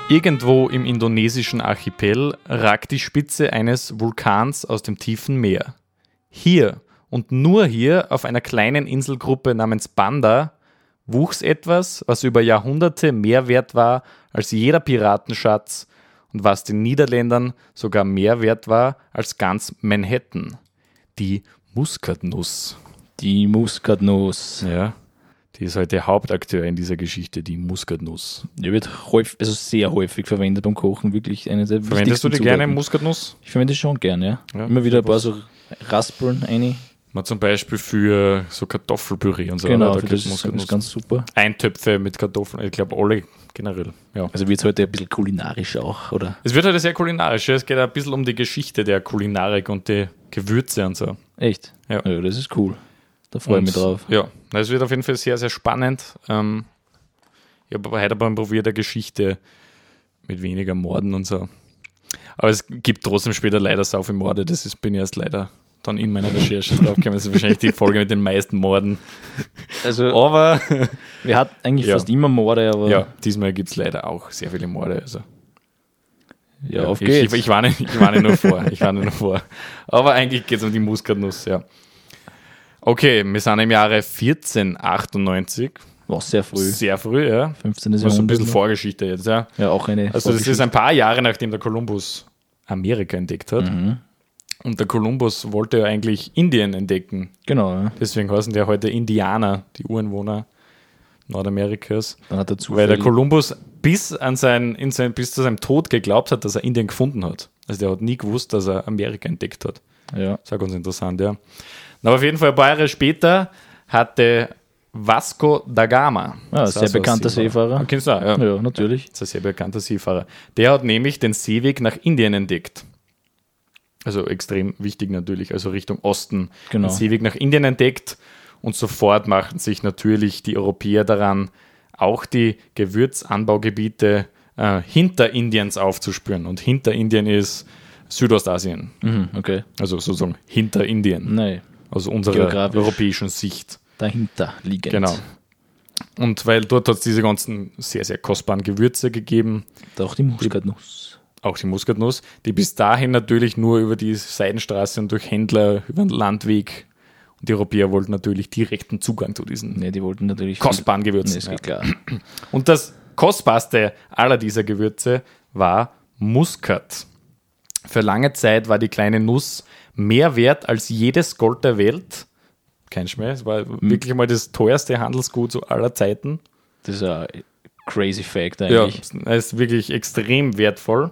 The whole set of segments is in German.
Irgendwo im indonesischen Archipel ragt die Spitze eines Vulkans aus dem tiefen Meer. Hier und nur hier auf einer kleinen Inselgruppe namens Banda wuchs etwas, was über Jahrhunderte mehr wert war als jeder Piratenschatz und was den Niederländern sogar mehr wert war als ganz Manhattan. Die Muskatnuss. Die Muskatnuss. Ja, die ist heute Hauptakteur in dieser Geschichte, die Muskatnuss. Die wird sehr häufig verwendet beim Kochen, wirklich eine der Verwendest wichtigsten du die gerne, Zutaten. Muskatnuss? Ich verwende es schon gerne, ja. Ja, Immer wieder ein paar so Raspeln rein. Mal zum Beispiel für so Kartoffelpüree und so. Genau, da für gibt's das ist ganz super. Eintöpfe mit Kartoffeln, ich glaube alle generell. Ja. Also wird es heute ein bisschen kulinarisch auch, oder? Es wird heute sehr kulinarisch. Ja. Es geht ein bisschen um die Geschichte der Kulinarik und die Gewürze und so. Echt? Ja. Ja, das ist cool. Da freue ich mich drauf. Ja, es wird auf jeden Fall sehr, sehr spannend. Ich habe aber heute beim Probier der Geschichte mit weniger Morden und so. Aber es gibt trotzdem später leider sau viele Morde. Bin ich erst leider dann in meiner Recherche draufgekommen. Das ist wahrscheinlich die Folge mit den meisten Morden. Also, Aber wir hatten eigentlich fast immer Morde, aber ja, diesmal gibt es leider auch sehr viele Morde. Also. ja, auf geht's. Ich warne nur vor. Aber eigentlich geht es um die Muskatnuss, ja. Okay, wir sind im Jahre 1498. War sehr früh. Sehr früh, ja. 15. Das ist so ein bisschen Jahrhundert. Vorgeschichte jetzt, ja. Ja, auch eine Also das ist ein paar Jahre, nachdem der Kolumbus Amerika entdeckt hat. Mhm. Und der Kolumbus wollte ja eigentlich Indien entdecken. Genau, ja. Deswegen heißen die ja heute Indianer, die Ureinwohner Nordamerikas. Dann hat er Weil der zufällig... Kolumbus bis zu seinem Tod geglaubt hat, dass er Indien gefunden hat. Also der hat nie gewusst, dass er Amerika entdeckt hat. Ja. Das ist auch ganz interessant, ja. Aber auf jeden Fall ein paar Jahre später hatte Vasco da Gama. Ah, das ist sehr auch so ein bekannter Seefahrer. Kennst du auch, ja. Ja, natürlich. Das ist ein sehr bekannter Seefahrer. Der hat nämlich den Seeweg nach Indien entdeckt. Also extrem wichtig natürlich, also Richtung Osten. Genau. Den Seeweg nach Indien entdeckt und sofort machten sich natürlich die Europäer daran, auch die Gewürzanbaugebiete hinter Indiens aufzuspüren. Und hinter Indien ist Südostasien. Mhm, okay. Also sozusagen hinter Indien. Nein, Aus unserer Geografisch. europäischen Sicht. dahinter liegend. Genau. Und weil dort hat es diese ganzen sehr, sehr kostbaren Gewürze gegeben, Auch die Muskatnuss. auch die Muskatnuss, die bis dahin natürlich nur über die Seidenstraße und durch Händler über den Landweg. Und die Europäer wollten natürlich direkten Zugang zu diesen Ne, die wollten natürlich... kostbaren Gewürzen. Nee, ist Ja. klar. Und das kostbarste aller dieser Gewürze war Muskat. Für lange Zeit war die kleine Nuss mehr wert als jedes Gold der Welt. Kein Schmäh, es war wirklich mal das teuerste Handelsgut zu aller Zeiten. Das ist ein crazy Fact Ja, eigentlich. es ist wirklich extrem wertvoll.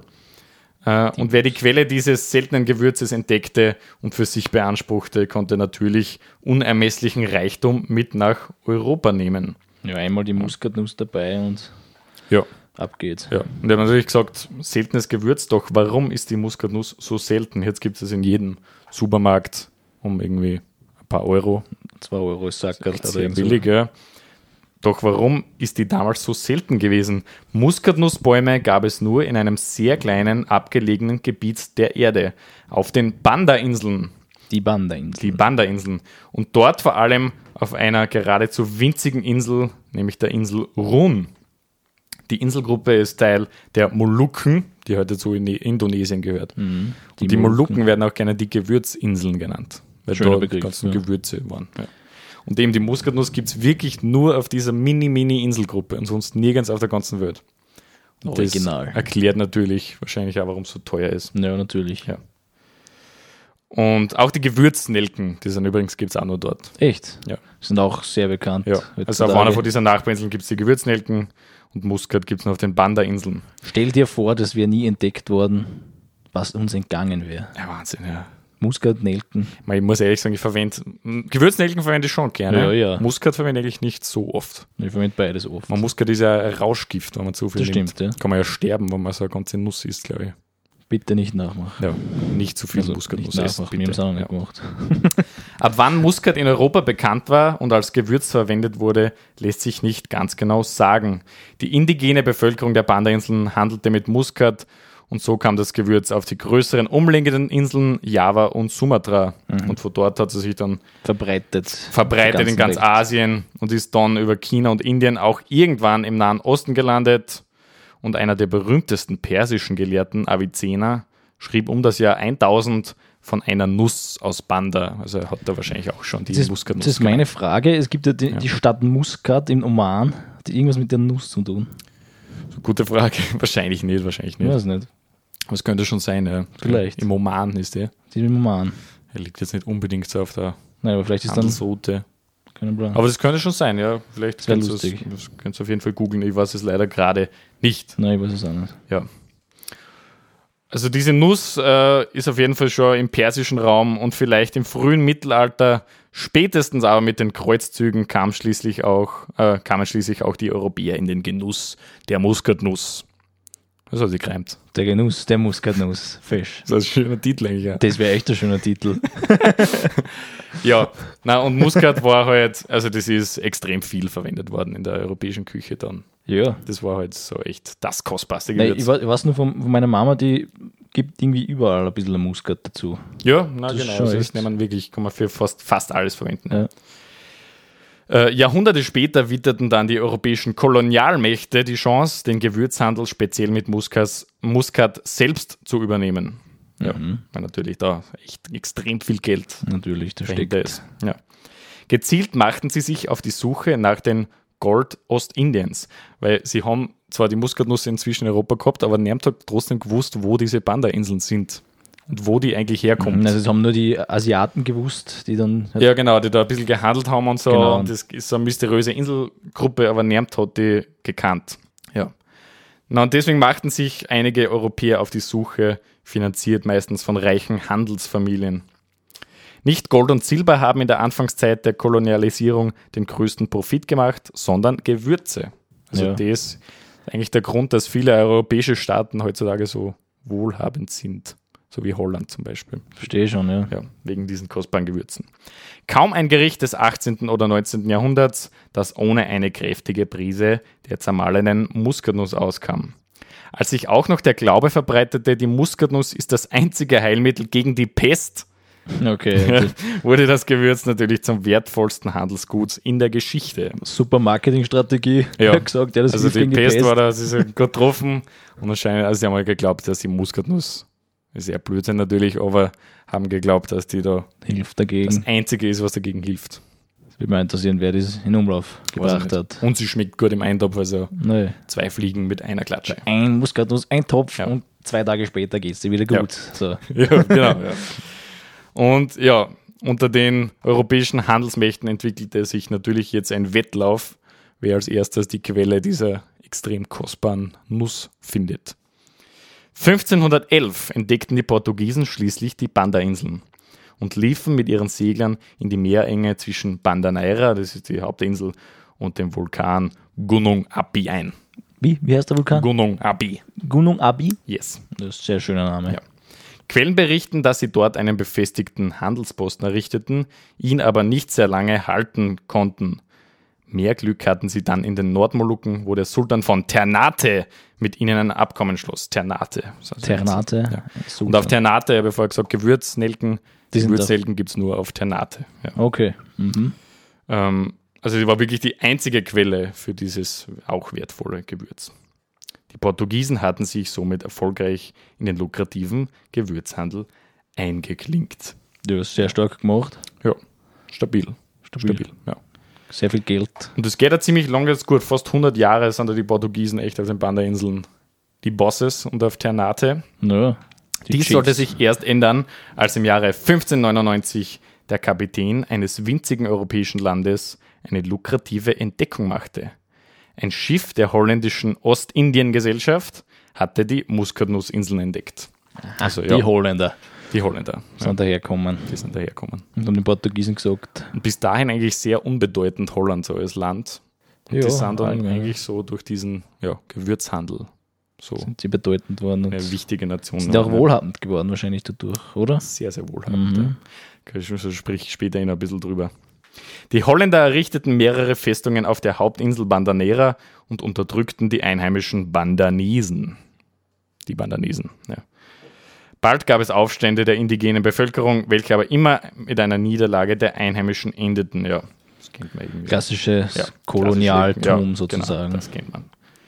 Und wer die Quelle dieses seltenen Gewürzes entdeckte und für sich beanspruchte, konnte natürlich unermesslichen Reichtum mit nach Europa nehmen. Ja, einmal die Muskatnuss dabei und Ja. ab geht's. Ja, und er hat natürlich gesagt, seltenes Gewürz, doch warum ist die Muskatnuss so selten? Jetzt gibt es in jedem Supermarkt um irgendwie ein paar Euro. 2 Euro ist Sackert. Echt sehr billig, ja. Doch warum ist die damals so selten gewesen? Muskatnussbäume gab es nur in einem sehr kleinen, abgelegenen Gebiet der Erde, auf den Banda-Inseln. Die Banda-Insel. Die Banda-Inseln. Und dort vor allem auf einer geradezu winzigen Insel, nämlich der Insel Run. Die Inselgruppe ist Teil der Molukken, die heute zu Indonesien gehört. Und die Molukken werden auch gerne die Gewürzinseln genannt, weil Schöner da die Begriff, ganzen ja. Gewürze waren. Ja. Und eben die Muskatnuss gibt es wirklich nur auf dieser Mini-Inselgruppe und sonst nirgends auf der ganzen Welt. Und Original. das erklärt natürlich wahrscheinlich auch, warum es so teuer ist. Ja, natürlich. Ja. Und auch die Gewürznelken, die sind übrigens, gibt es auch nur dort. Echt? Ja. Sind auch sehr bekannt. Ja. Also auf heutzutage. einer von diesen Nachbarinseln gibt es die Gewürznelken und Muskat gibt es nur auf den Banda-Inseln. Stell dir vor, das wäre nie entdeckt worden, was uns entgangen wäre. Ja, Wahnsinn, ja. Muskat-Nelken. Ich muss ehrlich sagen, Gewürznelken verwende ich schon gerne. Ja, ja. Muskat verwende ich eigentlich nicht so oft. Ich verwende beides oft. Muskat ist ja ein Rauschgift, wenn man zu viel Das nimmt. stimmt, ja. Kann man ja sterben, wenn man so eine ganze Nuss isst, glaube ich. Bitte nicht nachmachen. Ja, nicht zu viel Also Muskatnuss nicht essen, nachmachen, wir haben es auch noch nicht gemacht. Ab wann Muskat in Europa bekannt war und als Gewürz verwendet wurde, lässt sich nicht ganz genau sagen. Die indigene Bevölkerung der Banda-Inseln handelte mit Muskat und so kam das Gewürz auf die größeren umliegenden Inseln Java und Sumatra. Und von dort hat es sich dann verbreitet in ganz Asien und ist dann über China und Indien auch irgendwann im Nahen Osten gelandet. und einer der berühmtesten persischen Gelehrten, Avicenna, schrieb um das Jahr 1000 von einer Nuss aus Banda. Also er hat da wahrscheinlich auch schon die Muskatnuss. Das ist meine Frage. Es gibt ja die Stadt Muscat in Oman, hat die irgendwas mit der Nuss zu tun? Gute Frage. Wahrscheinlich nicht. Ich weiß nicht. Aber es könnte schon sein, ja. Vielleicht. Im Oman ist der. Die im Oman. Er liegt jetzt nicht unbedingt so auf der Nein, aber vielleicht ist dann Handelsroute. kein Plan. Aber das könnte schon sein, ja. Vielleicht wär kannst lustig. du auf jeden Fall googeln. Ich weiß es leider gerade nicht. Nein, ich weiß es auch nicht. Ja. Also diese Nuss ist auf jeden Fall schon im persischen Raum und vielleicht im frühen Mittelalter, spätestens aber mit den Kreuzzügen kamen schließlich auch die Europäer in den Genuss der Muskatnuss. Das hat sich gereimt. Der Genuss, der Muskatnuss, Fisch. Das ist ein schöner Titel eigentlich, ja. Das wäre echt ein schöner Titel. Ja, und Muskat war halt, also das ist extrem viel verwendet worden in der europäischen Küche dann. Ja. Das war halt so echt das kostbarste Nein, Gewürz. ich weiß nur von meiner Mama, die gibt irgendwie überall ein bisschen Muskat dazu. Ja, Das ist genau. schon Also das echt. kann man wirklich, kann man für fast alles verwenden. Ja. Jahrhunderte später witterten dann die europäischen Kolonialmächte die Chance, den Gewürzhandel speziell mit Muskat selbst zu übernehmen. Ja, weil natürlich da echt extrem viel Geld Natürlich, da dahinter steckt. ist. Ja. Gezielt machten sie sich auf die Suche nach den Gold Ostindiens, weil sie haben zwar die Muskatnuss inzwischen in Europa gehabt, aber niemand hat trotzdem gewusst, wo diese Banda-Inseln sind und wo die eigentlich herkommen. Also es haben nur die Asiaten gewusst, die dann... Ja, genau, die da ein bisschen gehandelt haben und so. Genau. Und das ist so eine mysteriöse Inselgruppe, aber niemand hat die gekannt. Ja. Und deswegen machten sich einige Europäer auf die Suche, finanziert meistens von reichen Handelsfamilien. Nicht Gold und Silber haben in der Anfangszeit der Kolonialisierung den größten Profit gemacht, sondern Gewürze. Also das ist eigentlich der Grund, dass viele europäische Staaten heutzutage so wohlhabend sind. So wie Holland zum Beispiel. Verstehe schon, ja. Ja, wegen diesen kostbaren Gewürzen. Kaum ein Gericht des 18. oder 19. Jahrhunderts, das ohne eine kräftige Prise der zermahlenen Muskatnuss auskam. Als sich auch noch der Glaube verbreitete, die Muskatnuss ist das einzige Heilmittel gegen die Pest, Okay. wurde das Gewürz natürlich zum wertvollsten Handelsgut in der Geschichte. Super Marketingstrategie. Ja. Hat gesagt, ja, das Also hilft die gegen Pest war da, sie ist ja gut getroffen und anscheinend, also sie haben halt geglaubt, dass die Muskatnuss, sehr Blödsinn natürlich, aber haben geglaubt, dass die da hilft dagegen. das Einzige ist, was dagegen hilft. Das würde mich interessieren, wer das in Umlauf gebracht hat. Und sie schmeckt gut im Eintopf, also Nein. 2 Fliegen mit einer Klatsche. Ein Muskatnuss, ein Topf Ja. und 2 Tage später geht es dir wieder gut. So. Ja, genau. Ja. Und ja, unter den europäischen Handelsmächten entwickelte sich natürlich jetzt ein Wettlauf, wer als erstes die Quelle dieser extrem kostbaren Nuss findet. 1511 entdeckten die Portugiesen schließlich die Banda-Inseln und liefen mit ihren Seglern in die Meerenge zwischen Bandaneira, das ist die Hauptinsel, und dem Vulkan Gunung Api ein. Wie heißt der Vulkan? Gunung Api, Gunung Abi? yes. Das ist ein sehr schöner Name. Ja. Quellen berichten, dass sie dort einen befestigten Handelsposten errichteten, ihn aber nicht sehr lange halten konnten. Mehr Glück hatten sie dann in den Nordmolukken, wo der Sultan von Ternate mit ihnen ein Abkommen schloss. Ternate. Das heißt Ternate. Ja. Super. Und auf Ternate, ich habe vorher gesagt, Gewürznelken. Die sind Gewürznelken gibt es nur auf Ternate. Ja. Okay. Mhm. Also die war wirklich die einzige Quelle für dieses auch wertvolle Gewürz. Die Portugiesen hatten sich somit erfolgreich in den lukrativen Gewürzhandel eingeklinkt. Ja, sehr stark gemacht. Ja, stabil. Stabil. Ja. Sehr viel Geld. Und das geht ja ziemlich lang jetzt gut. Fast 100 Jahre sind da die Portugiesen echt auf den Banda-Inseln die Bosses und auf Ternate. Ja, Dies sollte sich erst ändern, als im Jahre 1599 der Kapitän eines winzigen europäischen Landes eine lukrative Entdeckung machte. Ein Schiff der holländischen Ostindien-Gesellschaft hatte die Muskatnussinseln entdeckt. Also Die Holländer die Holländer. Ja, sind dahergekommen die sind dahergekommen. und haben den Portugiesen gesagt, Und bis dahin eigentlich sehr unbedeutend Holland so als Land. Und die sind dann allgemein eigentlich so durch diesen Gewürzhandel so sind sie bedeutend worden und eine wichtige Nation. sind auch Ja. wohlhabend geworden wahrscheinlich dadurch, oder? Sehr, sehr wohlhabend. Ja. Also sprich ich später noch ein bisschen drüber. Die Holländer errichteten mehrere Festungen auf der Hauptinsel Bandaneira und unterdrückten die einheimischen Bandanesen. Die Bandanesen, ja. Bald gab es Aufstände der indigenen Bevölkerung, welche aber immer mit einer Niederlage der Einheimischen endeten. Ja, das kennt man irgendwie. Klassisches Ja, Kolonialtum klassische- ja, sozusagen. Genau, das kennt man.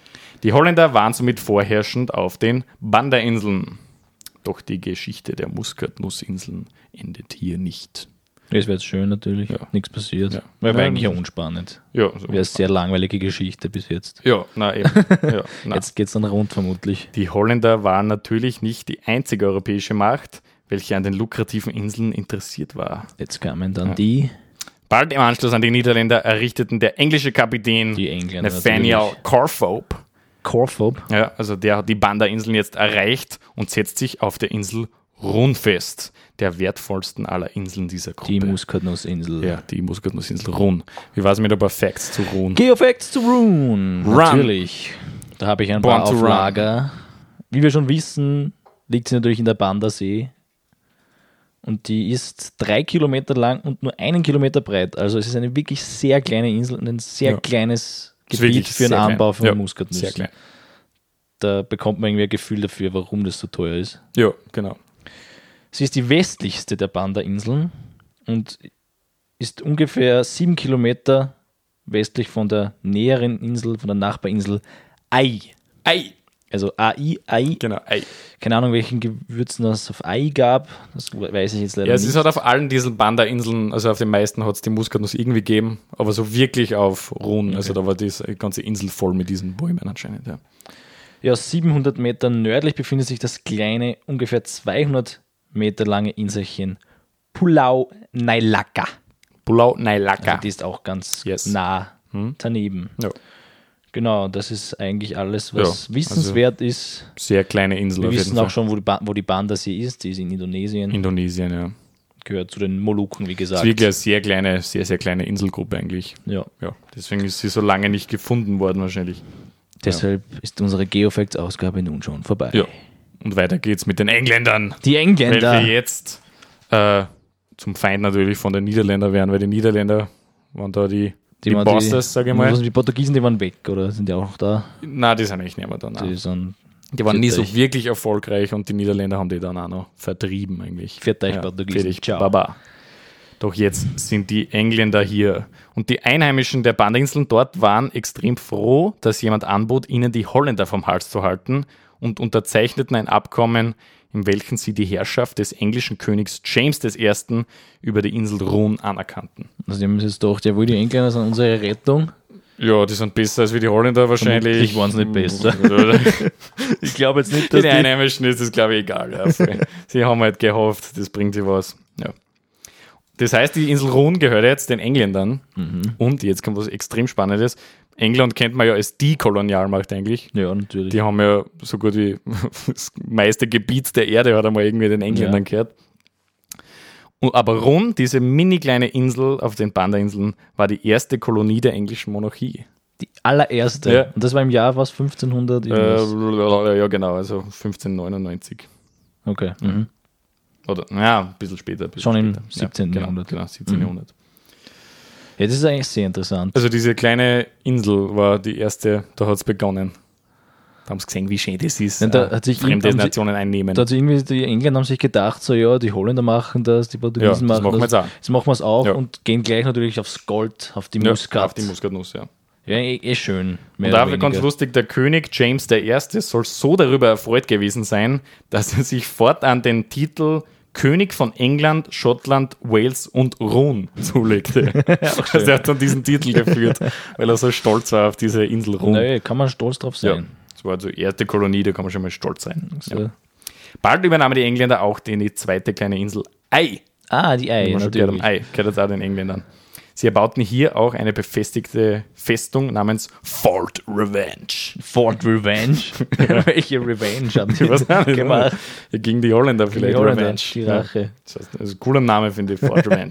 Die Holländer waren somit vorherrschend auf den Banda-Inseln. Doch die Geschichte der Muskatnussinseln endet hier nicht. Das wäre jetzt schön natürlich, nichts passiert. Ja. Wäre eigentlich ja unspannend. Ja, so. Wäre eine sehr langweilige Geschichte bis jetzt. Ja, eben. Ja, Jetzt geht es dann rund vermutlich. Die Holländer waren natürlich nicht die einzige europäische Macht, welche an den lukrativen Inseln interessiert war. Jetzt kamen dann die Bald im Anschluss an die Niederländer errichteten der englische Kapitän Engländer Nathaniel Corfope. Corfope. Ja, also der hat die Banda-Inseln jetzt erreicht und setzt sich auf der Insel Run fest, der wertvollsten aller Inseln dieser Gruppe. Die Muskatnussinsel. Ja, die Muskatnussinsel Run. Wie war es mit ein paar Facts zu Run? Geofacts zu Run. Natürlich. Da habe ich ein paar auf Lager. Wie wir schon wissen, liegt sie natürlich in der Bandasee. Und die ist 3 Kilometer lang und nur 1 Kilometer breit. Also es ist eine wirklich sehr kleine Insel und ein sehr kleines Gebiet für den Anbau von Muskatnüssen. Sehr klein. Da bekommt man irgendwie ein Gefühl dafür, warum das so teuer ist. Ja, genau. Sie ist die westlichste der Banda-Inseln und ist ungefähr 7 Kilometer westlich von der näheren Insel, von der Nachbarinsel Ai. Also AI. Genau, Ai. Keine Ahnung, welchen Gewürzen das auf Ai gab. Das weiß ich jetzt leider Ja, nicht. es ist halt auf allen diesen Banda-Inseln, also auf den meisten hat es die Muskatnuss irgendwie gegeben, aber so wirklich auf Run, also da war die ganze Insel voll mit diesen Bäumen anscheinend, ja. Ja, 700 Meter nördlich befindet sich das kleine, ungefähr 200 Meter lange Inselchen Pulau Nailaka. Pulau Nailaka. Also die ist auch ganz nah daneben. Ja. Genau, das ist eigentlich alles, was wissenswert ist. Sehr kleine Insel. Wir wissen auch schon, wo die Bandasee ist. Die ist in Indonesien. Indonesien, ja. Gehört zu den Molukken, wie gesagt. Das ist wirklich eine sehr kleine, sehr, sehr kleine Inselgruppe eigentlich. Ja. Deswegen ist sie so lange nicht gefunden worden wahrscheinlich. Deshalb ist unsere Geofacts-Ausgabe nun schon vorbei. Ja. Und weiter geht's mit den Engländern. Die Engländer. Welche jetzt zum Feind natürlich von den Niederländern werden, weil die Niederländer waren da die Bosses, sage ich mal. Die Portugiesen, die waren weg, oder sind die auch noch da? Nein, die sind eigentlich nicht mehr da. Die waren nie so wirklich erfolgreich und die Niederländer haben die dann auch noch vertrieben eigentlich. Viert euch Portugiesen. Ciao. Baba. Doch jetzt sind die Engländer hier. Und die Einheimischen der Bandinseln dort waren extrem froh, dass jemand anbot, ihnen die Holländer vom Hals zu halten und unterzeichneten ein Abkommen, in welchem sie die Herrschaft des englischen Königs James I. über die Insel Run anerkannten. Also die haben sich jetzt gedacht, jawohl, die Engländer sind unsere Rettung. Ja, die sind besser als wie die Holländer wahrscheinlich. Ich waren es nicht besser. Ich glaube jetzt nicht, dass die Einheimischen ist es, glaube ich, egal. Ja. Sie haben halt gehofft, das bringt sie was. Ja. Das heißt, die Insel Run gehört jetzt den Engländern. Und jetzt kommt was extrem Spannendes. England kennt man ja als die Kolonialmacht eigentlich. Ja, natürlich. Die haben ja so gut wie das meiste Gebiet der Erde hat einmal irgendwie den Engländern gehört. Aber Run, diese mini kleine Insel auf den Banda-Inseln, war die erste Kolonie der englischen Monarchie. Die allererste. Ja. Und das war im Jahr was? 1500? Ja, genau, also 1599. Okay. Oder, ja, ein bisschen später. Schon im 17. Jahrhundert. Genau, 17. Jahrhundert. Ja, das ist eigentlich sehr interessant. Also diese kleine Insel war die erste, da hat es begonnen. Da haben sie gesehen, wie schön das ist, da hat sich fremde Nationen einnehmen. Da hat sich irgendwie die Engländer haben sich gedacht, so ja, die Holländer machen das, die Portugiesen machen das. Jetzt machen wir es auch und gehen gleich natürlich aufs Gold, auf die Muskat. Auf die Muskatnuss, ja. Ja, schön. Und da war ganz lustig, der König James I. soll so darüber erfreut gewesen sein, dass er sich fortan den Titel König von England, Schottland, Wales und Run zulegte. Also er hat dann diesen Titel geführt, weil er so stolz war auf diese Insel Run. Naja, kann man stolz drauf sein. Ja, das war also die erste Kolonie, da kann man schon mal stolz sein. So. Ja. Bald übernahmen die Engländer auch die zweite kleine Insel Ai. Die Ai, natürlich. Ai, gehört jetzt auch den Engländern. Sie erbauten hier auch eine befestigte Festung namens Fort Revenge. Fort Revenge? Welche Revenge haben die gemacht? Ja, gegen die Holländer vielleicht. Die Holländer, Revenge. Die Rache. Ja. Das heißt, ein cooler Name, finde ich, Fort Revenge.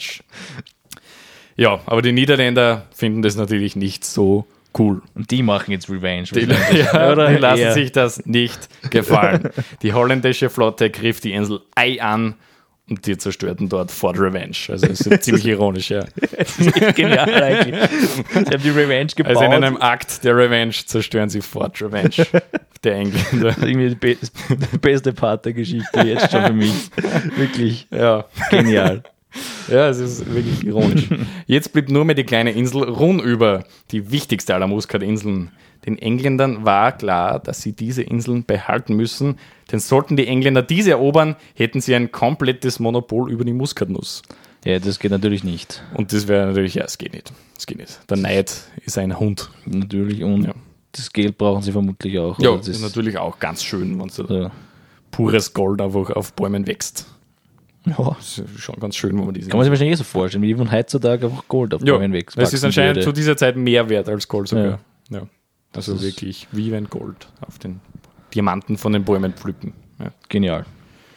Ja, aber die Niederländer finden das natürlich nicht so cool. Und die machen jetzt Revenge. Die lassen sich das nicht gefallen. Die holländische Flotte griff die Insel Ai an und die zerstörten dort Fort Revenge. Also das ist ziemlich ironisch, ja. Das ist echt genial eigentlich. Sie haben die Revenge gebaut. Also in einem Akt der Revenge zerstören sie Fort Revenge der Engländer. Das ist irgendwie der beste Part der Geschichte jetzt schon für mich. Wirklich ja. Genial. Ja, es ist wirklich ironisch. Jetzt blieb nur mehr die kleine Insel Run über, die wichtigste aller Muscatinseln. Den Engländern war klar, dass sie diese Inseln behalten müssen, denn sollten die Engländer diese erobern, hätten sie ein komplettes Monopol über die Muskatnuss. Ja, das geht natürlich nicht. Und das wäre natürlich, ja, es geht nicht. Der Neid ist ein Hund. Natürlich, und das Geld brauchen sie vermutlich auch. Ja, das ist natürlich auch ganz schön, wenn so pures Gold einfach auf Bäumen wächst. Ja. Das ist schon ganz schön, wenn man diese. Kann man sich wahrscheinlich so vorstellen, wie von heutzutage einfach Gold auf Bäumen wächst. Es ist anscheinend zu dieser Zeit mehr wert als Gold sogar. Ja. Also wirklich wie wenn Gold auf den Diamanten von den Bäumen pflücken. Ja. Genial.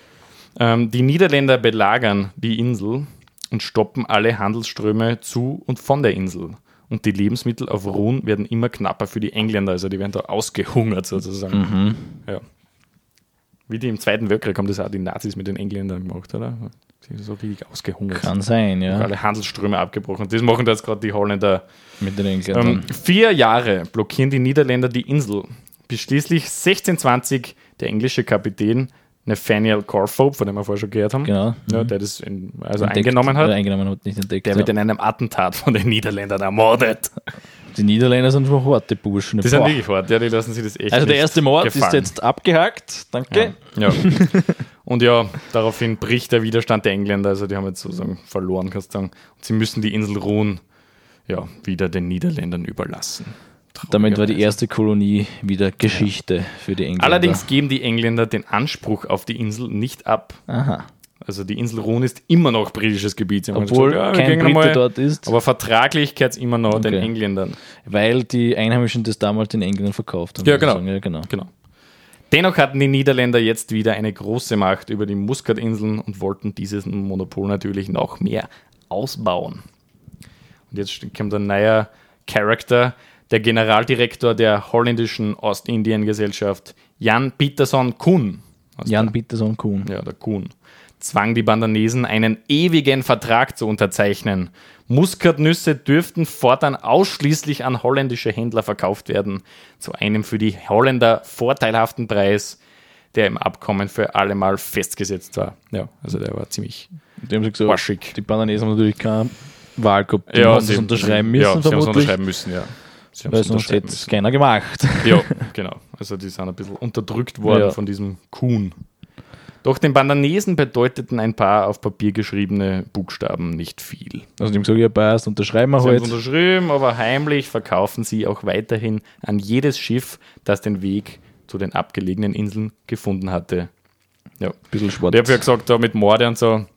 Die Niederländer belagern die Insel und stoppen alle Handelsströme zu und von der Insel. Und die Lebensmittel auf Run werden immer knapper für die Engländer, also die werden da ausgehungert sozusagen. Ja. Wie die im Zweiten Weltkrieg haben das auch die Nazis mit den Engländern gemacht, oder? Die sind so richtig ausgehungert. Kann sein, ja. Alle Handelsströme abgebrochen. Das machen da jetzt gerade die Holländer. Mit den Engländern. 4 Jahre blockieren die Niederländer die Insel. Bis schließlich 1620 der englische Kapitän Nathaniel Corfope, von dem wir vorher schon gehört haben, Genau. ja, der das eingenommen hat. Nicht entdeckt. Der wird in einem Attentat von den Niederländern ermordet. Die Niederländer sind schon harte Burschen. Die sind wirklich hart, ja, die lassen sich das echt Also der erste Mord gefallen. ist jetzt abgehakt, danke. Ja. Und ja, daraufhin bricht der Widerstand der Engländer, also die haben jetzt sozusagen verloren, kannst du sagen. Und sie müssen die Insel Run wieder den Niederländern überlassen. Damit war die erste Kolonie wieder Geschichte für die Engländer. Allerdings geben die Engländer den Anspruch auf die Insel nicht ab. Aha. Also die Insel Run ist immer noch britisches Gebiet. Sie haben Obwohl gesagt, kein Brite dort ist. Aber vertraglich gehört es immer noch den Engländern. Weil die Einheimischen das damals den Engländern verkauft haben. Ja, genau. Ja, genau. Dennoch hatten die Niederländer jetzt wieder eine große Macht über die Muskatinseln und wollten dieses Monopol natürlich noch mehr ausbauen. Und jetzt kommt ein neuer Charakter, der Generaldirektor der holländischen Ostindien-Gesellschaft, Jan Pieterszoon Koen. Jan Pieterszoon Koen. Ja, der Koen. Zwang die Bandanesen, einen ewigen Vertrag zu unterzeichnen. Muskatnüsse dürften fortan ausschließlich an holländische Händler verkauft werden, zu einem für die Holländer vorteilhaften Preis, der im Abkommen für allemal festgesetzt war. Ja, also der war ziemlich arschig. Die Bandanesen haben natürlich keine Wahl gehabt. Die haben das unterschreiben müssen, ja, sie haben es unterschreiben müssen, ja. Weil sonst hätte es keiner gemacht. Ja, genau. Also die sind ein bisschen unterdrückt worden von diesem Kuhn. Doch den Bandanesen bedeuteten ein paar auf Papier geschriebene Buchstaben nicht viel. Also die haben gesagt, ja passt, unterschreiben wir Sie halt. haben unterschrieben, aber heimlich verkaufen sie auch weiterhin an jedes Schiff, das den Weg zu den abgelegenen Inseln gefunden hatte. Ja, ein bisschen Sport. Ich habe ja gesagt, da mit Morde und so,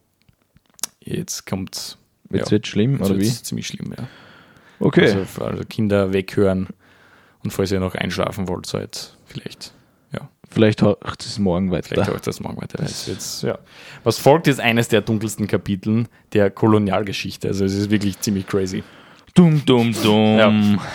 jetzt kommt's. Jetzt wird es schlimm, oder wie? Ziemlich schlimm, ja. Okay. Also Kinder weghören und falls ihr noch einschlafen wollt, seid vielleicht. Vielleicht haucht es morgen weiter. Was folgt, ist eines der dunkelsten Kapiteln der Kolonialgeschichte. Also es ist wirklich ziemlich crazy. Dumm. Ja.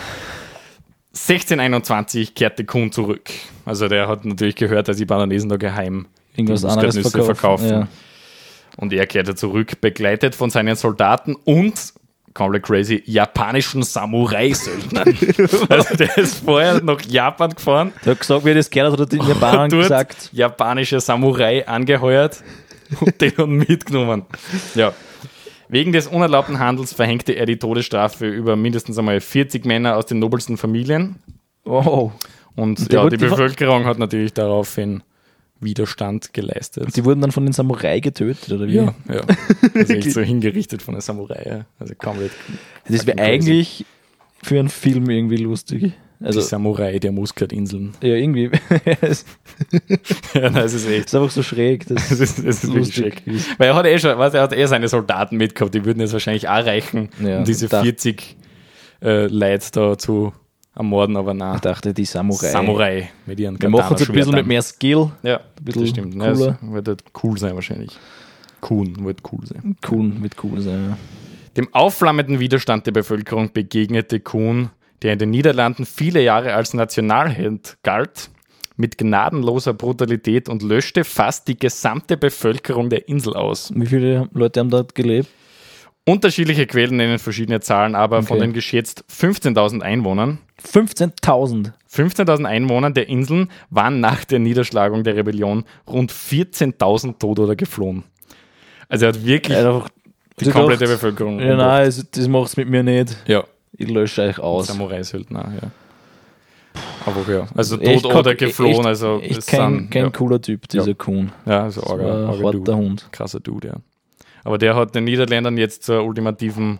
1621 kehrte Koen zurück. Also der hat natürlich gehört, dass die Bandanesen da geheim irgendwas anderes verkaufen. Ja. Und er kehrte zurück, begleitet von seinen Soldaten und komplett crazy, japanischen Samurai-Söldnern. Also der ist vorher nach Japan gefahren. Der hat gesagt, wie er das gehört hat, hat den Japanern gesagt. Japanische Samurai angeheuert und den dann mitgenommen. Ja. Wegen des unerlaubten Handels verhängte er die Todesstrafe über mindestens einmal 40 Männer aus den nobelsten Familien. Oh. Und ja, die Bevölkerung hat natürlich daraufhin Widerstand geleistet. Die wurden dann von den Samurai getötet, oder wie? Ja. Also echt so hingerichtet von den Samurai. Ja. Also komplett. Das wäre eigentlich für einen Film irgendwie lustig. Also, die Samurai der Muskatinseln. Ja, irgendwie. Ja, nein, es ist echt. Das ist einfach so schräg. Das ist wirklich schräg. Weil er hat seine Soldaten mitgehabt, die würden jetzt wahrscheinlich auch reichen, um diese 40 Leute da zu ermorden, aber nein. Ich dachte, die Samurai mit ihren Wir machen es ein bisschen mit mehr Skill. Ja, ein bisschen das stimmt. Cooler. Ja, wird halt cool sein wahrscheinlich. Kuhn wird cool sein. Kuhn wird cool sein, ja. Dem aufflammenden Widerstand der Bevölkerung begegnete Koen, der in den Niederlanden viele Jahre als Nationalheld galt, mit gnadenloser Brutalität und löschte fast die gesamte Bevölkerung der Insel aus. Wie viele Leute haben dort gelebt? Unterschiedliche Quellen nennen verschiedene Zahlen, aber von den geschätzt 15.000 Einwohnern. 15.000? 15.000 Einwohnern der Inseln waren nach der Niederschlagung der Rebellion rund 14.000 tot oder geflohen. Also er hat wirklich Die komplette Bevölkerung. Ja, nein, das macht es mit mir nicht. Ja. Ich lösche euch aus. Samurai-Söldner, ja. Aber ja, also tot oder geflohen. Also echt kein cooler Typ, dieser Kuhn. Ja, also ein harter Hund. Krasser Dude, ja. Aber der hat den Niederländern jetzt zum ultimativen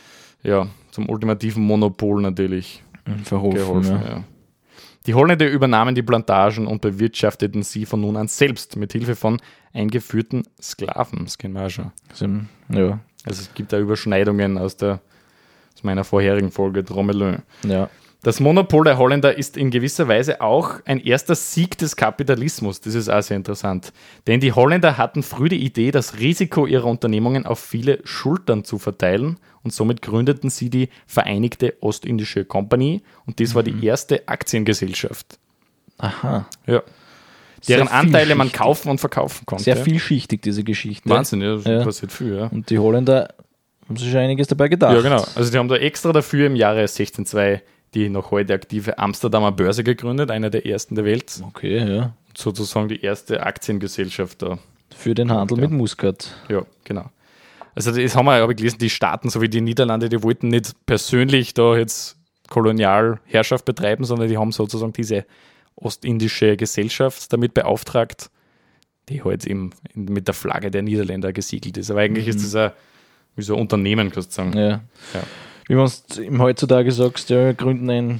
Monopol natürlich geholfen. Ja. Die Holländer übernahmen die Plantagen und bewirtschafteten sie von nun an selbst mit Hilfe von eingeführten Sklaven. Das kennen wir auch schon. Ja. Also es gibt da Überschneidungen aus meiner vorherigen Folge Tromelin. Ja. Das Monopol der Holländer ist in gewisser Weise auch ein erster Sieg des Kapitalismus. Das ist auch sehr interessant. Denn die Holländer hatten früh die Idee, das Risiko ihrer Unternehmungen auf viele Schultern zu verteilen und somit gründeten sie die Vereinigte Ostindische Kompanie und das war die erste Aktiengesellschaft. Aha. Ja. Deren Anteile man kaufen und verkaufen konnte. Sehr vielschichtig, diese Geschichte. Wahnsinn, ja, das passiert viel. Ja. Und die Holländer haben sich schon einiges dabei gedacht. Ja, genau. Also die haben da extra dafür im Jahre 1602 die noch heute aktive Amsterdamer Börse gegründet, einer der ersten der Welt. Okay, ja. Sozusagen die erste Aktiengesellschaft da. Für den Handel mit Muskat. Ja, genau. Also das habe ich gelesen, die Staaten sowie die Niederlande, die wollten nicht persönlich da jetzt Kolonialherrschaft betreiben, sondern die haben sozusagen diese ostindische Gesellschaft damit beauftragt, die halt mit der Flagge der Niederländer gesiegelt ist. Aber eigentlich ist das wie so ein Unternehmen, kannst du sagen. Ja. Wie man es heutzutage sagst, gründen ein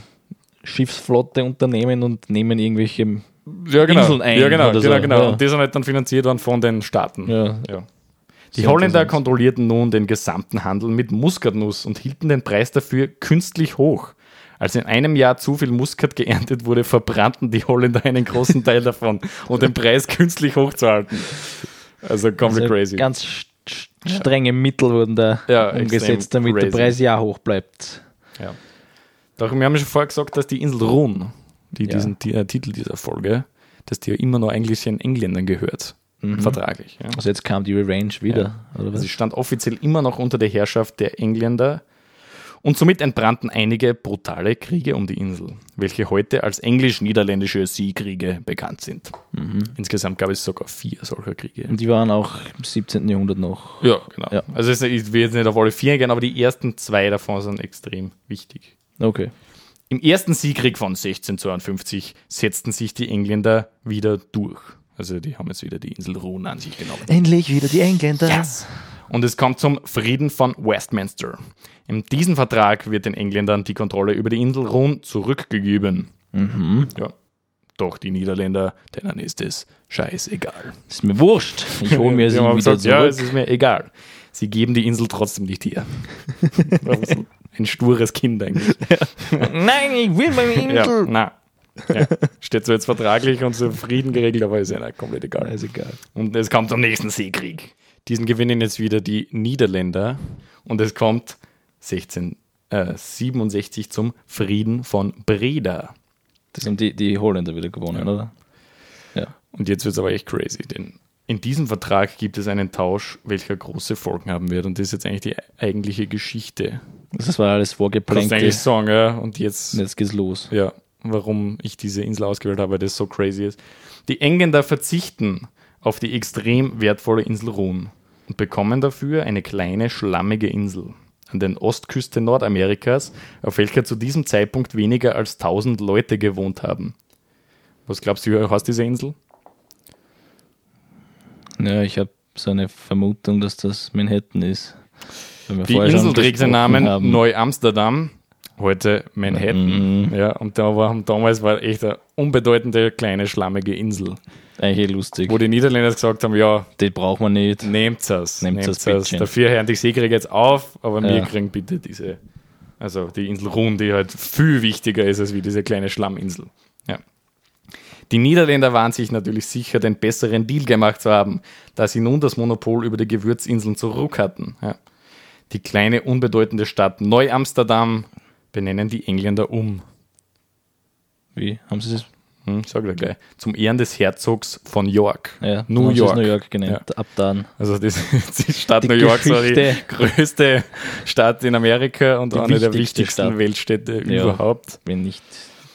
Schiffsflotte-Unternehmen und nehmen irgendwelche Inseln ein. Ja, genau. Ja. Und die sind halt dann finanziert worden von den Staaten. Ja. Die Holländer kontrollierten nun den gesamten Handel mit Muskatnuss und hielten den Preis dafür künstlich hoch. Als in einem Jahr zu viel Muskat geerntet wurde, verbrannten die Holländer einen großen Teil davon, um den Preis künstlich hochzuhalten. Also komplett crazy. Ganz strenge Mittel wurden da umgesetzt, damit der Preis ja hoch bleibt. Ja. Darum, wir haben schon vorher gesagt, dass die Insel Rhône, diesen Titel dieser Folge, dass die ja immer noch eigentlich den Engländern gehört. Vertraglich. Ja. Also jetzt kam die Revenge wieder. Ja. Oder was? Also sie stand offiziell immer noch unter der Herrschaft der Engländer und somit entbrannten einige brutale Kriege um die Insel, welche heute als englisch-niederländische Seekriege bekannt sind. Insgesamt gab es sogar 4 solcher Kriege. Und die waren auch im 17. Jahrhundert noch. Ja, genau. Ja. Also ich will jetzt nicht auf alle 4 gehen, aber die ersten 2 davon sind extrem wichtig. Okay. Im ersten Seekrieg von 1652 setzten sich die Engländer wieder durch. Also die haben jetzt wieder die Insel Rhône an sich genommen. Endlich wieder die Engländer. Yes. Und es kommt zum Frieden von Westminster. In diesem Vertrag wird den Engländern die Kontrolle über die Insel Rhône zurückgegeben. Ja. Doch die Niederländer, denen ist es scheißegal. Ist mir wurscht. Ich hole mir sie wieder zurück. Ja, es ist mir egal. Sie geben die Insel trotzdem nicht her. Ein stures Kind eigentlich. Nein, ich will meine Insel. Ja, steht so jetzt vertraglich und so Frieden geregelt, aber ist ja nicht komplett egal. Ist egal. Und es kommt zum nächsten Seekrieg. Diesen gewinnen jetzt wieder die Niederländer und es kommt 1667 zum Frieden von Breda. Das haben die Holländer wieder gewonnen, oder? Ja. Und jetzt wird es aber echt crazy, denn in diesem Vertrag gibt es einen Tausch, welcher große Folgen haben wird und das ist jetzt eigentlich die eigentliche Geschichte. Das war alles vorgeplant. Kannst du eigentlich sagen, ja. Und jetzt geht's los. Ja, warum ich diese Insel ausgewählt habe, weil das so crazy ist. Die Engländer verzichten auf die extrem wertvolle Insel Rhône und bekommen dafür eine kleine, schlammige Insel an der Ostküste Nordamerikas, auf welcher zu diesem Zeitpunkt weniger als 1000 Leute gewohnt haben. Was glaubst du, wie heißt diese Insel? Ja, ich habe so eine Vermutung, dass das Manhattan ist. Die Insel trägt den Namen Neu-Amsterdam, heute Manhattan. Ja, und damals war echt eine unbedeutende, kleine, schlammige Insel. Eigentlich lustig. Wo die Niederländer gesagt haben, ja, die braucht man nicht. Nehmt es. Dafür hören die Seekriege jetzt auf, aber wir kriegen bitte die Insel Rhône, die halt viel wichtiger ist als wie diese kleine Schlamminsel. Ja. Die Niederländer waren sich natürlich sicher, den besseren Deal gemacht zu haben, da sie nun das Monopol über die Gewürzinseln zurück hatten. Ja. Die kleine, unbedeutende Stadt Neu-Amsterdam benennen die Engländer um. Wie? Haben sie das? Sag ich gleich. Zum Ehren des Herzogs von York. Ja, New York. New York genannt, ab dann. Also die Stadt New York war die größte Stadt in Amerika und eine der wichtigsten Weltstädte überhaupt. Wenn nicht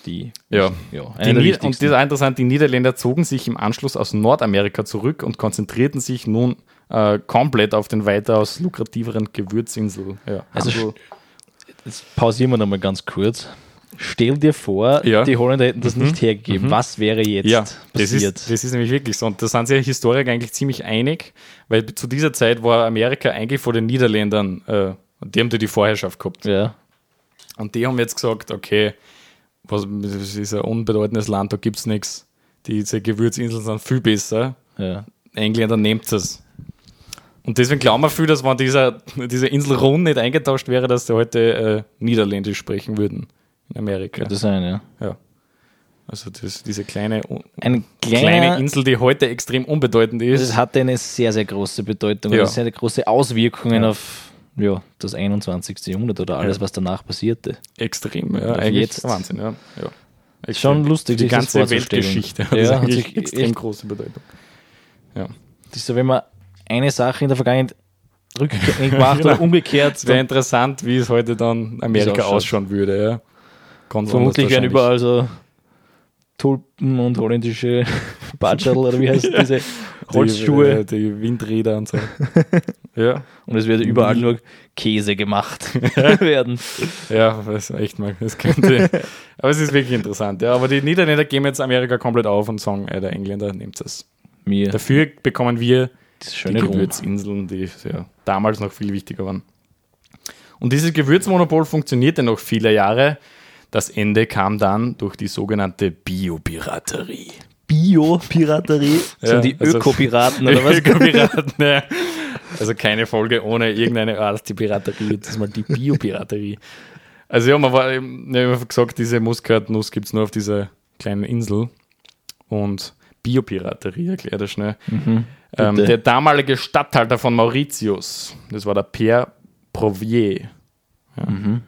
die. Ja. Und das ist auch interessant, die Niederländer zogen sich im Anschluss aus Nordamerika zurück und konzentrierten sich nun komplett auf den weitaus lukrativeren Gewürzinsel. Ja, also jetzt pausieren wir nochmal ganz kurz. Stell dir vor, die Holländer hätten das nicht hergegeben. Was wäre jetzt passiert? Das ist nämlich wirklich so. Und da sind sich Historiker eigentlich ziemlich einig, weil zu dieser Zeit war Amerika eigentlich vor den Niederländern, die haben die Vorherrschaft gehabt. Ja. Und die haben jetzt gesagt, okay, das ist ein unbedeutendes Land, da gibt es nichts. Diese Gewürzinseln sind viel besser. Ja. Engländer nehmt es. Und deswegen glauben wir viel, dass wenn diese Insel Rhône nicht eingetauscht wäre, dass sie heute Niederländisch sprechen würden in Amerika. Könnte sein, ja. Also diese kleine kleine Insel, die heute extrem unbedeutend ist. Das hatte eine sehr, sehr große Bedeutung und sehr große Auswirkungen auf das 21. Jahrhundert oder alles, was danach passierte. Extrem, ja. Eigentlich jetzt. Wahnsinn, ja. Ist schon lustig, die ganze Weltgeschichte hat eigentlich extrem große Bedeutung. Ja. Das ist so, wenn man eine Sache in der Vergangenheit rückgängig macht oder umgekehrt. Es wäre interessant, wie es heute dann Amerika ausschauen würde. Ja. Vermutlich werden überall so Tulpen und holländische Batschel oder wie heißt diese Holzschuhe. Die Windräder und so. Ja. Und es wird überall nur Käse gemacht werden. Ja, das ist echt mal. Das könnte. Aber es ist wirklich interessant. Ja, aber die Niederländer geben jetzt Amerika komplett auf und sagen, der Engländer nimmt es. Dafür bekommen wir die Gewürzinseln, die damals noch viel wichtiger waren. Und dieses Gewürzmonopol funktionierte noch viele Jahre. Das Ende kam dann durch die sogenannte Biopiraterie. Biopiraterie? Sind die Ökopiraten oder was? Ökopiraten, ja. Also keine Folge ohne irgendeine Art die Piraterie. Das ist mal die Biopiraterie. Also man war gesagt, diese Muskatnuss gibt es nur auf dieser kleinen Insel. Und Biopiraterie, erklär das schnell. Der damalige Statthalter von Mauritius, das war der Pierre Provier. Ja.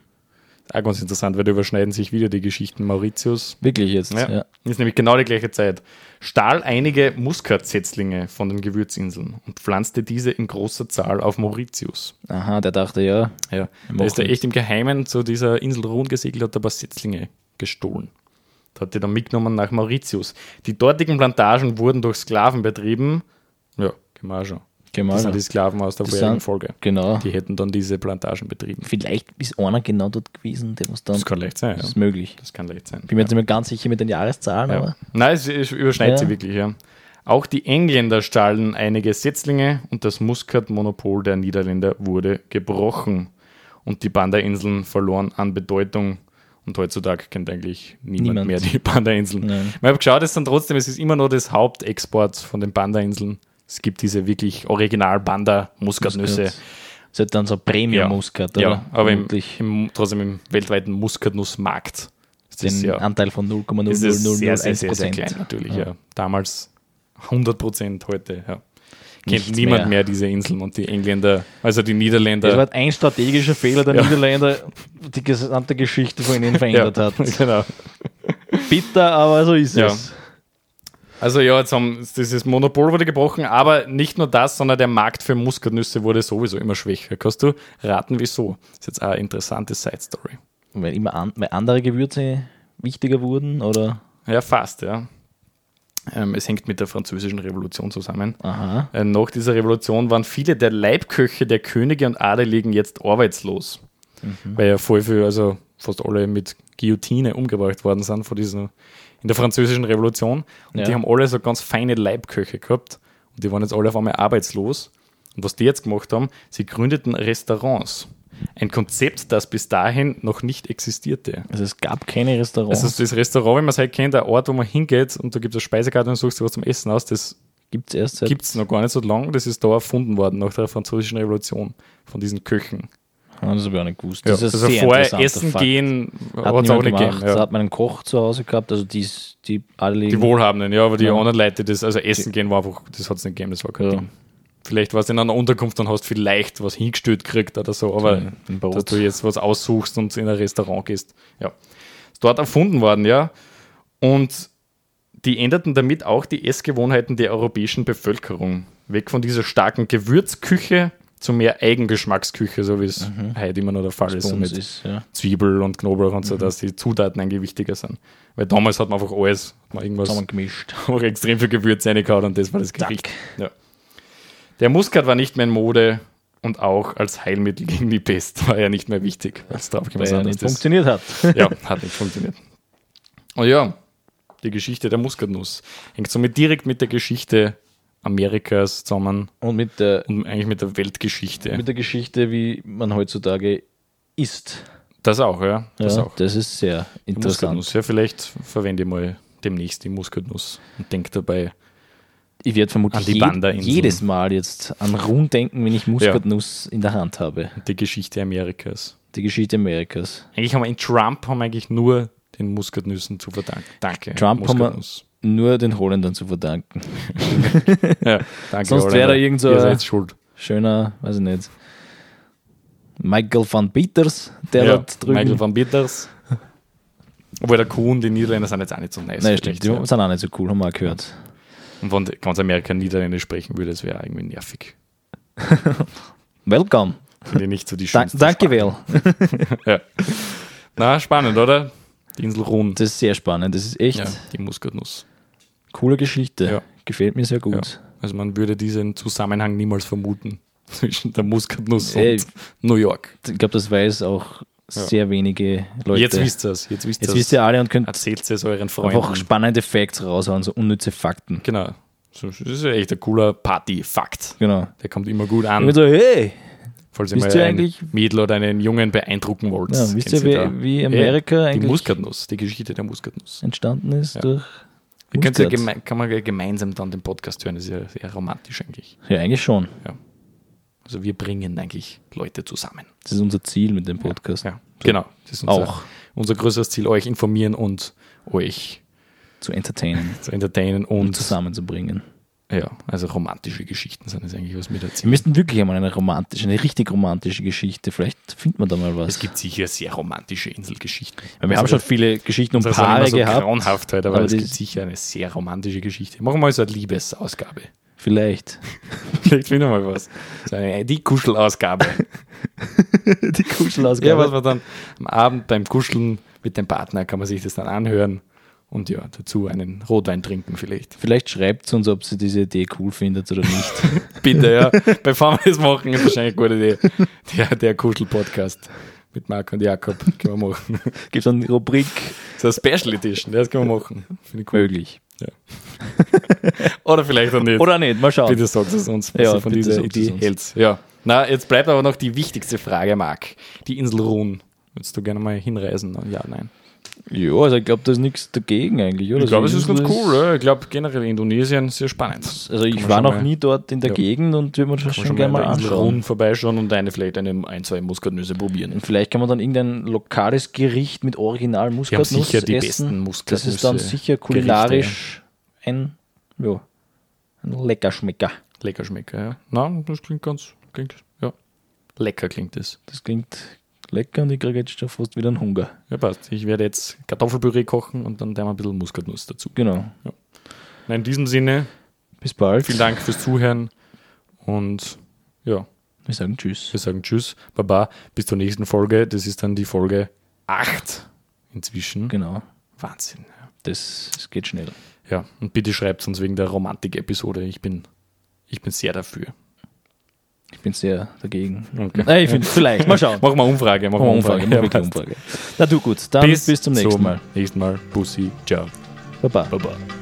Auch ganz interessant, weil da überschneiden sich wieder die Geschichten Mauritius. Wirklich jetzt? Ja. Ist nämlich genau die gleiche Zeit. Stahl einige Muskatsetzlinge von den Gewürzinseln und pflanzte diese in großer Zahl auf Mauritius. Aha, der dachte, ja. Da ist er echt im Geheimen zu dieser Insel Rhône gesegelt, hat ein paar Setzlinge gestohlen. Da hat er dann mitgenommen nach Mauritius. Die dortigen Plantagen wurden durch Sklaven betrieben. Ja, kennen wir auch schon. Das sind die Sklaven aus der vorherigen Folge. Genau. Die hätten dann diese Plantagen betrieben. Vielleicht ist einer genau dort gewesen, der muss dann. Das kann leicht sein. Das ist möglich. Das kann leicht sein. Bin mir jetzt nicht mehr ganz sicher mit den Jahreszahlen, aber. Nein, es überschneidet sie wirklich, ja. Auch die Engländer stahlen einige Setzlinge und das Muskatmonopol der Niederländer wurde gebrochen. Und die Banda-Inseln verloren an Bedeutung. Und heutzutage kennt eigentlich niemand mehr die Banda-Inseln. Ich habe geschaut, es ist immer noch das Hauptexport von den Banda-Inseln. Es gibt diese wirklich Original-Banda-Muskatnüsse. Das ist halt dann so Premium-Muskat, oder? Ja, aber trotzdem im weltweiten Muskatnussmarkt ist das den Anteil von 0,0001%. Sehr, sehr klein natürlich, ja. Damals 100%, heute, kennt niemand mehr diese Inseln und die Engländer, also die Niederländer. Das war ein strategischer Fehler der Niederländer, die gesamte Geschichte von ihnen verändert hat. Genau. Bitter, aber so ist es. Also dieses Monopol wurde gebrochen, aber nicht nur das, sondern der Markt für Muskatnüsse wurde sowieso immer schwächer. Kannst du raten, wieso? Das ist jetzt auch eine interessante Side-Story. Weil andere Gewürze wichtiger wurden, oder? Ja, fast, ja. Es hängt mit der Französischen Revolution zusammen. Aha. Nach dieser Revolution waren viele der Leibköche der Könige und Adeligen jetzt arbeitslos. Weil ja voll viel, also fast alle mit Guillotine umgebracht worden sind in der Französischen Revolution. Und die haben alle so ganz feine Leibköche gehabt. Und die waren jetzt alle auf einmal arbeitslos. Und was die jetzt gemacht haben, sie gründeten Restaurants. Ein Konzept, das bis dahin noch nicht existierte. Also es gab keine Restaurants. Also das Restaurant, wenn man es halt kennt, der Ort, wo man hingeht und da gibt es eine Speisekarte und suchst du was zum Essen aus, das gibt es noch gar nicht so lange. Das ist da erfunden worden nach der Französischen Revolution von diesen Köchen. Das habe ich auch nicht gewusst. Das ist also vorher essen Fakt. Gehen hat es auch nicht gegeben. Da hat man einen Koch zu Hause gehabt, also die Wohlhabenden, aber die anderen Leute, essen gehen war einfach, das hat es nicht gegeben, das war kein Ding. Vielleicht war es in einer Unterkunft, dann hast du vielleicht was hingestellt gekriegt oder so, aber dass du jetzt was aussuchst und in ein Restaurant gehst. Ja. Ist dort erfunden worden, und die änderten damit auch die Essgewohnheiten der europäischen Bevölkerung. Weg von dieser starken Gewürzküche zu mehr Eigengeschmacksküche, so wie es heute immer noch der Fall ist. So mit Zwiebel und Knoblauch und so, dass die Zutaten eigentlich wichtiger sind. Weil damals hat man einfach alles, hat man irgendwas zusammengemischt. Auch extrem viel Gewürz reingehauen und das war das Gericht. Ja. Der Muskat war nicht mehr in Mode und auch als Heilmittel gegen die Pest war ja nicht mehr wichtig, als drauf weil er nicht funktioniert hat. Ja, hat nicht funktioniert. Und ja, die Geschichte der Muskatnuss hängt somit direkt mit der Geschichte Amerikas zusammen und eigentlich mit der Weltgeschichte. Mit der Geschichte, wie man heutzutage isst. Das auch, ja. Das ist sehr interessant. Muskatnuss. Ja, vielleicht verwende ich mal demnächst die Muskatnuss und denke dabei ich werde vermutlich jedes Mal jetzt an Rum denken, wenn ich Muskatnuss in der Hand habe. Die Geschichte Amerikas. Die Geschichte Amerikas. Eigentlich haben wir in Trump eigentlich nur den Muskatnüssen zu verdanken. Danke. Trump haben wir nur den Holländern zu verdanken. Ja, danke. Sonst wäre da irgend so ein schuld. Schöner, weiß ich nicht, Michael van Pieters, der dort drüben. Michael van Pieters. Obwohl der Kuhn, die Niederländer sind jetzt auch nicht so nice. Nein, stimmt, die sind auch nicht so cool, haben wir auch gehört. Und wenn ganz Amerika Niederländisch sprechen würde, das wäre irgendwie nervig. Welcome. Finde ich nicht so die schönste Danke, Well. Ja. Na, spannend, oder? Die Insel Rhun. Das ist sehr spannend, das ist echt. Ja, die Muskatnuss. Coole Geschichte. Ja. Gefällt mir sehr gut. Ja. Also man würde diesen Zusammenhang niemals vermuten zwischen der Muskatnuss und New York. Ich glaube, das weiß auch sehr wenige Leute. Jetzt wisst ihr es. Jetzt wisst ihr alle und könnt erzählt es euren Freunden. Einfach spannende Facts raushauen, so unnütze Fakten. Genau. Das ist ja echt ein cooler Party-Fakt. Genau. Der kommt immer gut an. Und so, hey, falls ihr mal ein Mädel oder einen Jungen beeindrucken wollt. Ja, wisst ihr, wie Amerika eigentlich die Muskatnuss, die Geschichte der Muskatnuss entstanden ist durch kann man gemeinsam dann den Podcast hören. Das ist ja sehr romantisch eigentlich. Ja, eigentlich schon. Ja. Also wir bringen eigentlich Leute zusammen. Das ist unser Ziel mit dem Podcast. Ja. Genau. Das ist unser größeres Ziel, euch informieren und euch zu entertainen und zusammenzubringen. Ja, also romantische Geschichten sind das eigentlich, was mir da erzählt. Wir müssten wirklich einmal eine richtig romantische Geschichte, vielleicht findet man da mal was. Es gibt sicher sehr romantische Inselgeschichten. Weil wir haben schon viele Geschichten um Paare so gehabt. Grauenhaft halt, aber es gibt sicher eine sehr romantische Geschichte. Machen wir mal so eine Liebesausgabe. Vielleicht finden wir mal was. So die Kuschelausgabe. Die Kuschelausgabe. Ja, was man dann am Abend beim Kuscheln mit dem Partner kann man sich das dann anhören. Und ja, dazu einen Rotwein trinken vielleicht. Vielleicht schreibt es uns, ob sie diese Idee cool findet oder nicht. Bitte, ja. Bevor wir das machen, ist wahrscheinlich eine gute Idee. Der Kuschel-Podcast mit Marc und Jakob können wir machen. Gibt es eine Rubrik? So eine Special Edition, das können wir machen. Finde ich cool. Möglich. Ja. Oder vielleicht auch nicht. Oder nicht, mal schauen. Bitte sagt es uns, was ihr von dieser Idee hältst. Ja. Na, jetzt bleibt aber noch die wichtigste Frage, Marc. Die Insel Rhun. Würdest du gerne mal hinreisen? Ja, nein. Ja, also ich glaube, da ist nichts dagegen eigentlich, oder? Ich glaube, es ist ganz cool. Ja. Ich glaube, generell Indonesien sehr spannend. Also ich war noch nie dort in der Gegend und würde mir das schon gerne mal anschauen. Vorbeischauen und vielleicht ein, zwei Muskatnüsse probieren. Und vielleicht kann man dann irgendein lokales Gericht mit Original Muskatnuss essen. Sicher die besten Muskatnüsse. Das ist dann sicher kulinarisch ein Leckerschmecker. Leckerschmecker, ja. Nein, das klingt lecker klingt das. Das klingt lecker und ich kriege jetzt schon fast wieder einen Hunger. Ja, passt. Ich werde jetzt Kartoffelpüree kochen und dann ein bisschen Muskatnuss dazu. Genau. Ja. Na, in diesem Sinne, bis bald. Vielen Dank fürs Zuhören und ja. Wir sagen Tschüss. Baba, bis zur nächsten Folge. Das ist dann die Folge 8 inzwischen. Genau. Wahnsinn. Ja. Das geht schnell. Ja, und bitte schreibt uns wegen der Romantik-Episode. Ich bin sehr dafür. Ich bin sehr dagegen. Okay. Ich finde, vielleicht. Mal schauen. Machen wir Umfrage. Umfrage. Na du, gut. Dann bis zum nächsten Mal. Bussi. Ciao. Baba.